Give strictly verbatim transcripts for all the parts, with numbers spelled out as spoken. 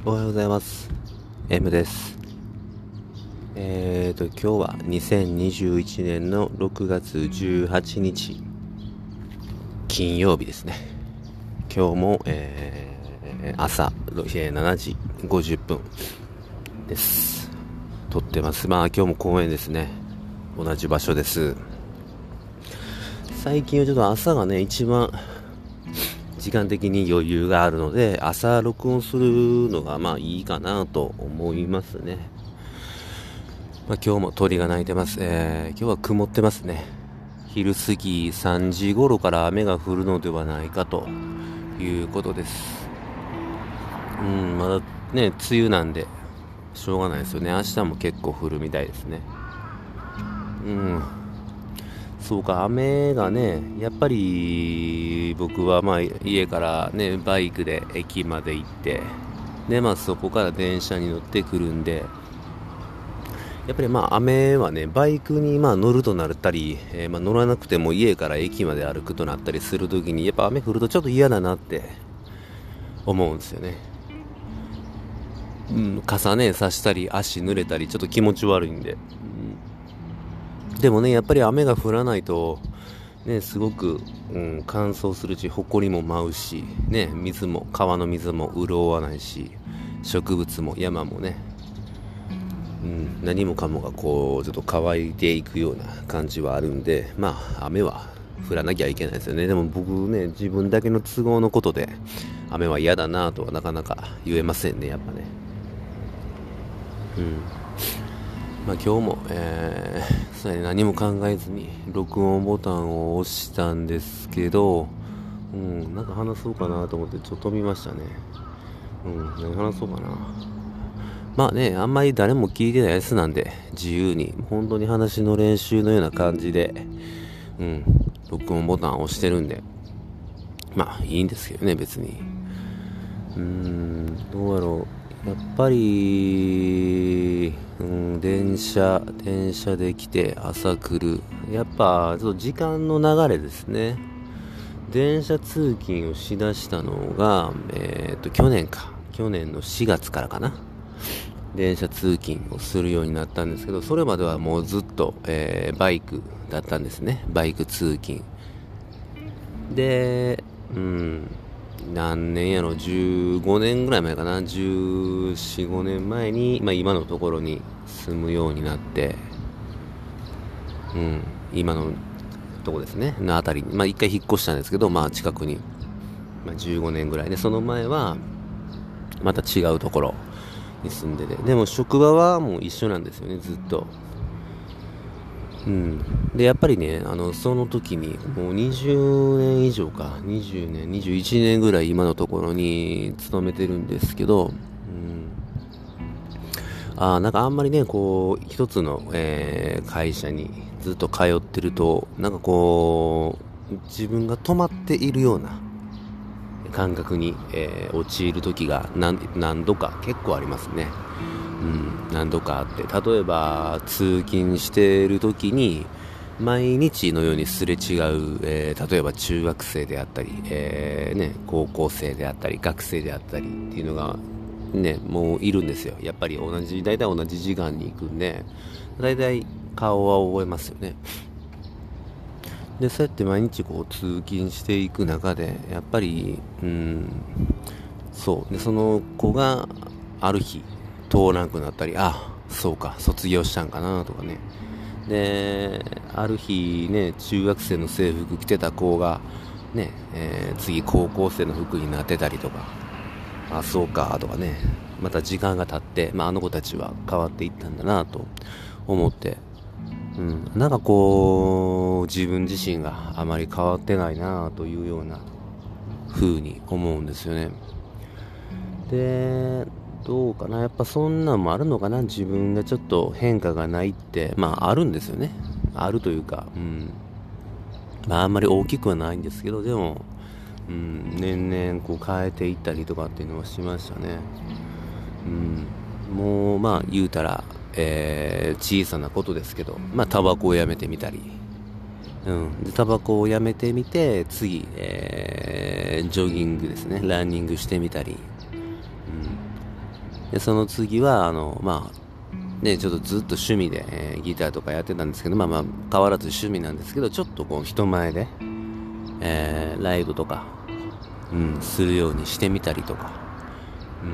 おはようございます。M です。えーと、今日はにせんにじゅういちねんのろくがつじゅうはちにち、金曜日ですね。今日も、えー、朝しちじごじゅっぷんです。撮ってます。まあ今日も公園ですね。同じ場所です。最近はちょっと朝がね、一番時間的に余裕があるので、朝録音するのがまあいいかなと思いますね。まあ、今日も鳥が鳴いてます。えー、今日は曇ってますね。昼過ぎさんじ頃から雨が降るのではないかということです。うん、まだね、梅雨なんでしょうがないですよね。明日も結構降るみたいですね。うん、そうか、雨がね、やっぱり僕はまあ家からね、バイクで駅まで行って、でまあそこから電車に乗ってくるんで、やっぱりまあ雨はね、バイクにまあ乗るとなったり、えー、まあ乗らなくても家から駅まで歩くとなったりするときに、やっぱ雨降るとちょっと嫌だなって思うんですよね。うん、傘ね、差したり、足濡れたり、ちょっと気持ち悪いんで。うん、でもね、やっぱり雨が降らないと、ね、すごく、うん、乾燥するし、埃も舞うし、ね、水も、川の水も潤わないし、植物も山もね、うん、何もかもがこうちょっと乾いていくような感じはあるんで、まあ雨は降らなきゃいけないですよね。でも僕ね、自分だけの都合のことで雨は嫌だなとはなかなか言えませんね、やっぱね。うん。まあ今日も、えー、そうやね、何も考えずに録音ボタンを押したんですけど、うん、なんか話そうかなと思ってちょっと飛びましたね。うん、何話そうかな。まあね、あんまり誰も聞いてないやつなんで、自由に、本当に話の練習のような感じで、うん、録音ボタンを押してるんで、まあいいんですけどね、別に。うーん、どうやろう。やっぱり、うん、電車、電車で来て朝来る。やっぱ、ちょっと時間の流れですね。電車通勤をしだしたのが、えっと、去年か。去年のしがつからかな。電車通勤をするようになったんですけど、それまではもうずっと、えーバイクだったんですね。バイク通勤で、うん、何年やろ、じゅうごねんぐらい前かな、じゅうよん、ごねんまえに、まあ、今のところに住むようになって、うん、今のとこですねのあたりに、まあ、一回引っ越したんですけど、まあ、近くに、まあ、じゅうごねんぐらいで、その前はまた違うところに住んでて、でも職場はもう一緒なんですよね、ずっと。うん、でやっぱりね、あのその時にもうにじゅうねん以上か、にじゅうねんにじゅういちねんぐらい今のところに勤めてるんですけど、うん、あなんかあんまりね、こう一つの、えー会社にずっと通ってると、なんかこう自分が止まっているような感覚に、えー陥る時が何何度か結構ありますね。うん、何度かあって、例えば通勤している時に毎日のようにすれ違う、えー例えば中学生であったり、えーね、高校生であったり学生であったりっていうのがね、もういるんですよ。やっぱり同じ大体同じ時間に行くんで、大体顔は覚えますよね。でそうやって毎日こう通勤していく中で、やっぱりうんそうで、その子がある日通らなくなったり、あそうか卒業したんかなとかね。である日ね、中学生の制服着てた子がね、えー次高校生の服になってたりとか、あそうかとかね、また時間が経って、まあ、あの子たちは変わっていったんだなと思って、うん、なんかこう自分自身があまり変わってないなというような風に思うんですよね。でどうかな、やっぱそんなんもあるのかな、自分がちょっと変化がないって、まああるんですよね。あるというか、うんまああんまり大きくはないんですけど、でも、うん、年々こう変えていったりとかっていうのはしましたね。うん、もうまあ言うたら、えー小さなことですけど、まあタバコをやめてみたり、うん、でタバコをやめてみて次、えージョギングですね、ランニングしてみたり、 でその次はあのまあねちょっとずっと趣味で、えー、ギターとかやってたんですけど、まあまあ変わらず趣味なんですけど、ちょっとこう人前で、えー、ライブとか、うん、するようにしてみたりとか、うん、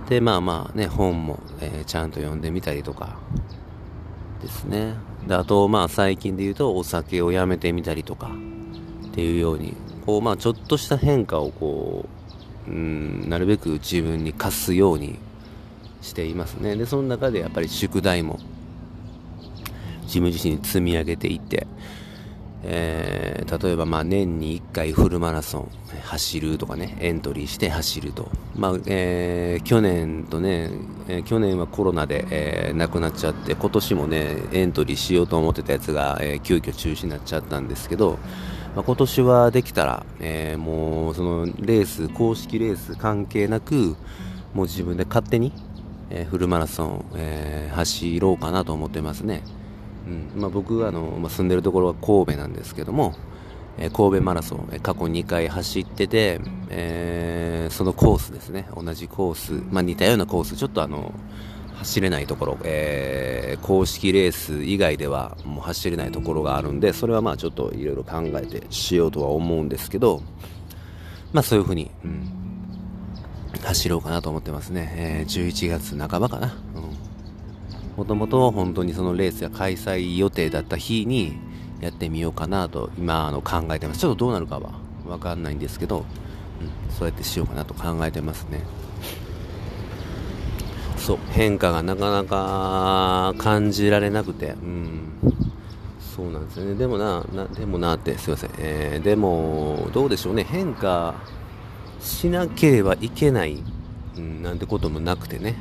でまあまあね本も、えー、ちゃんと読んでみたりとかですね。であとまあ最近で言うとお酒をやめてみたりとかっていうように、こうまあちょっとした変化をこう、うん、なるべく自分に課すようにしていますね。でその中でやっぱり宿題も自分自身に積み上げていって、えー、例えばまあ年にいっかいフルマラソン走るとかね、エントリーして走ると、まあえー、去年とね、えー、去年はコロナで、えー、亡くなっちゃって、今年もねエントリーしようと思ってたやつが、えー、急遽中止になっちゃったんですけど、まあ、今年はできたら、えー、もうそのレース公式レース関係なく、もう自分で勝手に、えー、フルマラソン、えー、走ろうかなと思ってますね。うんまあ、僕があの、まあ、住んでるところは神戸なんですけども、えー、神戸マラソン、えー、過去にかい走ってて、えー、そのコースですね、同じコース、まあ、似たようなコース、ちょっとあの走れないところ、えー、公式レース以外ではもう走れないところがあるんで、それはまあちょっといろいろ考えてしようとは思うんですけど、まあそういうふうに、うん、走ろうかなと思ってますね。えー、じゅういちがつなかばかな。もともと本当にそのレースが開催予定だった日にやってみようかなと今あの考えてます。ちょっとどうなるかはわかんないんですけど、うん、そうやってしようかなと考えてますね。そう、変化がなかなか感じられなくて、うん、そうなんですよね。でもな、なでもなってすいません、えー、でもどうでしょうね、変化しなければいけない、うん、なんてこともなくてね、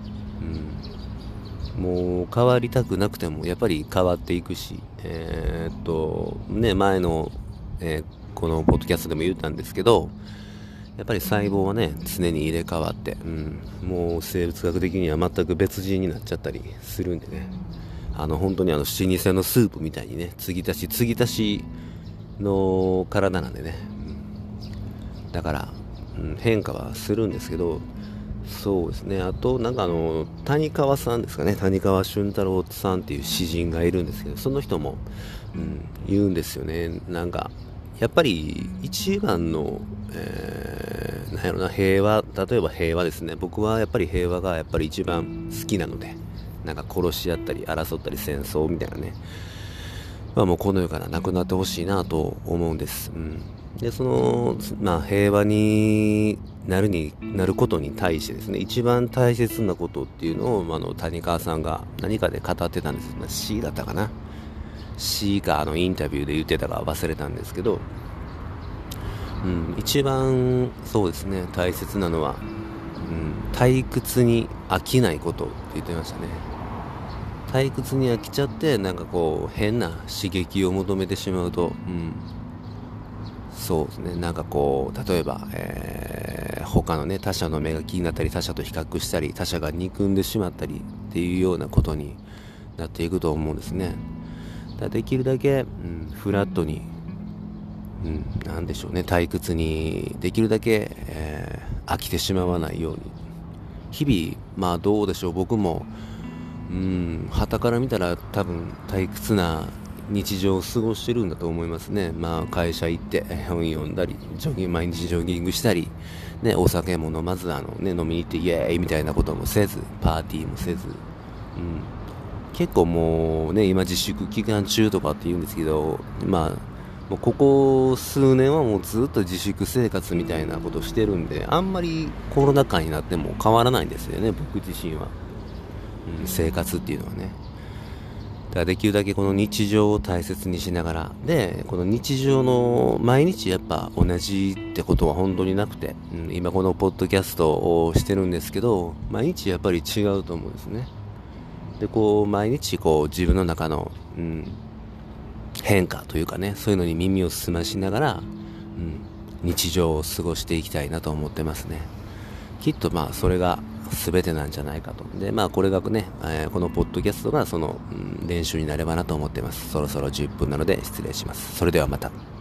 うん、もう変わりたくなくてもやっぱり変わっていくし、えー、っとね前の、えー、このポッドキャストでも言ったんですけど、やっぱり細胞はね常に入れ替わって、うん、もう生物学的には全く別人になっちゃったりするんでね、あの本当にあの老舗のスープみたいにね、継ぎ足し継ぎ足しの体なんでね、うん、だから、うん、変化はするんですけど、そうですね、あとなんかあの谷川さんですかね、谷川俊太郎さんっていう詩人がいるんですけど、その人も、うん、言うんですよね。なんかやっぱり一番の、えー、なんやろな、平和、例えば平和ですね。僕はやっぱり平和がやっぱり一番好きなので、なんか殺し合ったり争ったり戦争みたいなね、まあ、もうこの世からなくなってほしいなと思うんです。うん、でその、まあ、平和になるになることに対してですね、一番大切なことっていうのを、あの谷川さんが何かで語ってたんです。まあ、詩だったかな、詩かあのインタビューで言ってたか忘れたんですけど、うん、一番そうですね大切なのは、うん、退屈に飽きないことって言ってましたね。退屈に飽きちゃってなんかこう変な刺激を求めてしまうと、うん、そうですね、なんかこう例えば、えー、他のね他者の目が気になったり、他者と比較したり、他者が憎んでしまったりっていうようなことになっていくと思うんですね。だできるだけ、うん、フラットに、うん、なんでしょうね、退屈にできるだけ、えー、飽きてしまわないように日々、まあどうでしょう、僕もうん傍から見たら多分退屈な日常を過ごしてるんだと思いますね。まあ会社行って本読んだり、ジョギン毎日ジョギングしたり、ね、お酒も飲まずあの、ね、飲みに行ってイエーイみたいなこともせず、パーティーもせず、うん、結構もうね今自粛期間中とかって言うんですけど、まあもうここ数年はもうずっと自粛生活みたいなことをしてるんで、あんまりコロナ禍になっても変わらないんですよね、僕自身は。うん、生活っていうのはね。だからできるだけこの日常を大切にしながら、でこの日常の毎日やっぱ同じってことは本当になくて、うん、今このポッドキャストをしてるんですけど、毎日やっぱり違うと思うんですね。でこう毎日こう自分の中の、うん、変化というかね、そういうのに耳を澄ましながら、うん、日常を過ごしていきたいなと思ってますね。きっとまあそれが全てなんじゃないかと。でまあこれがね、えー、このポッドキャストがその、うん、練習になればなと思っています。そろそろじゅっぷんなので失礼します。それではまた。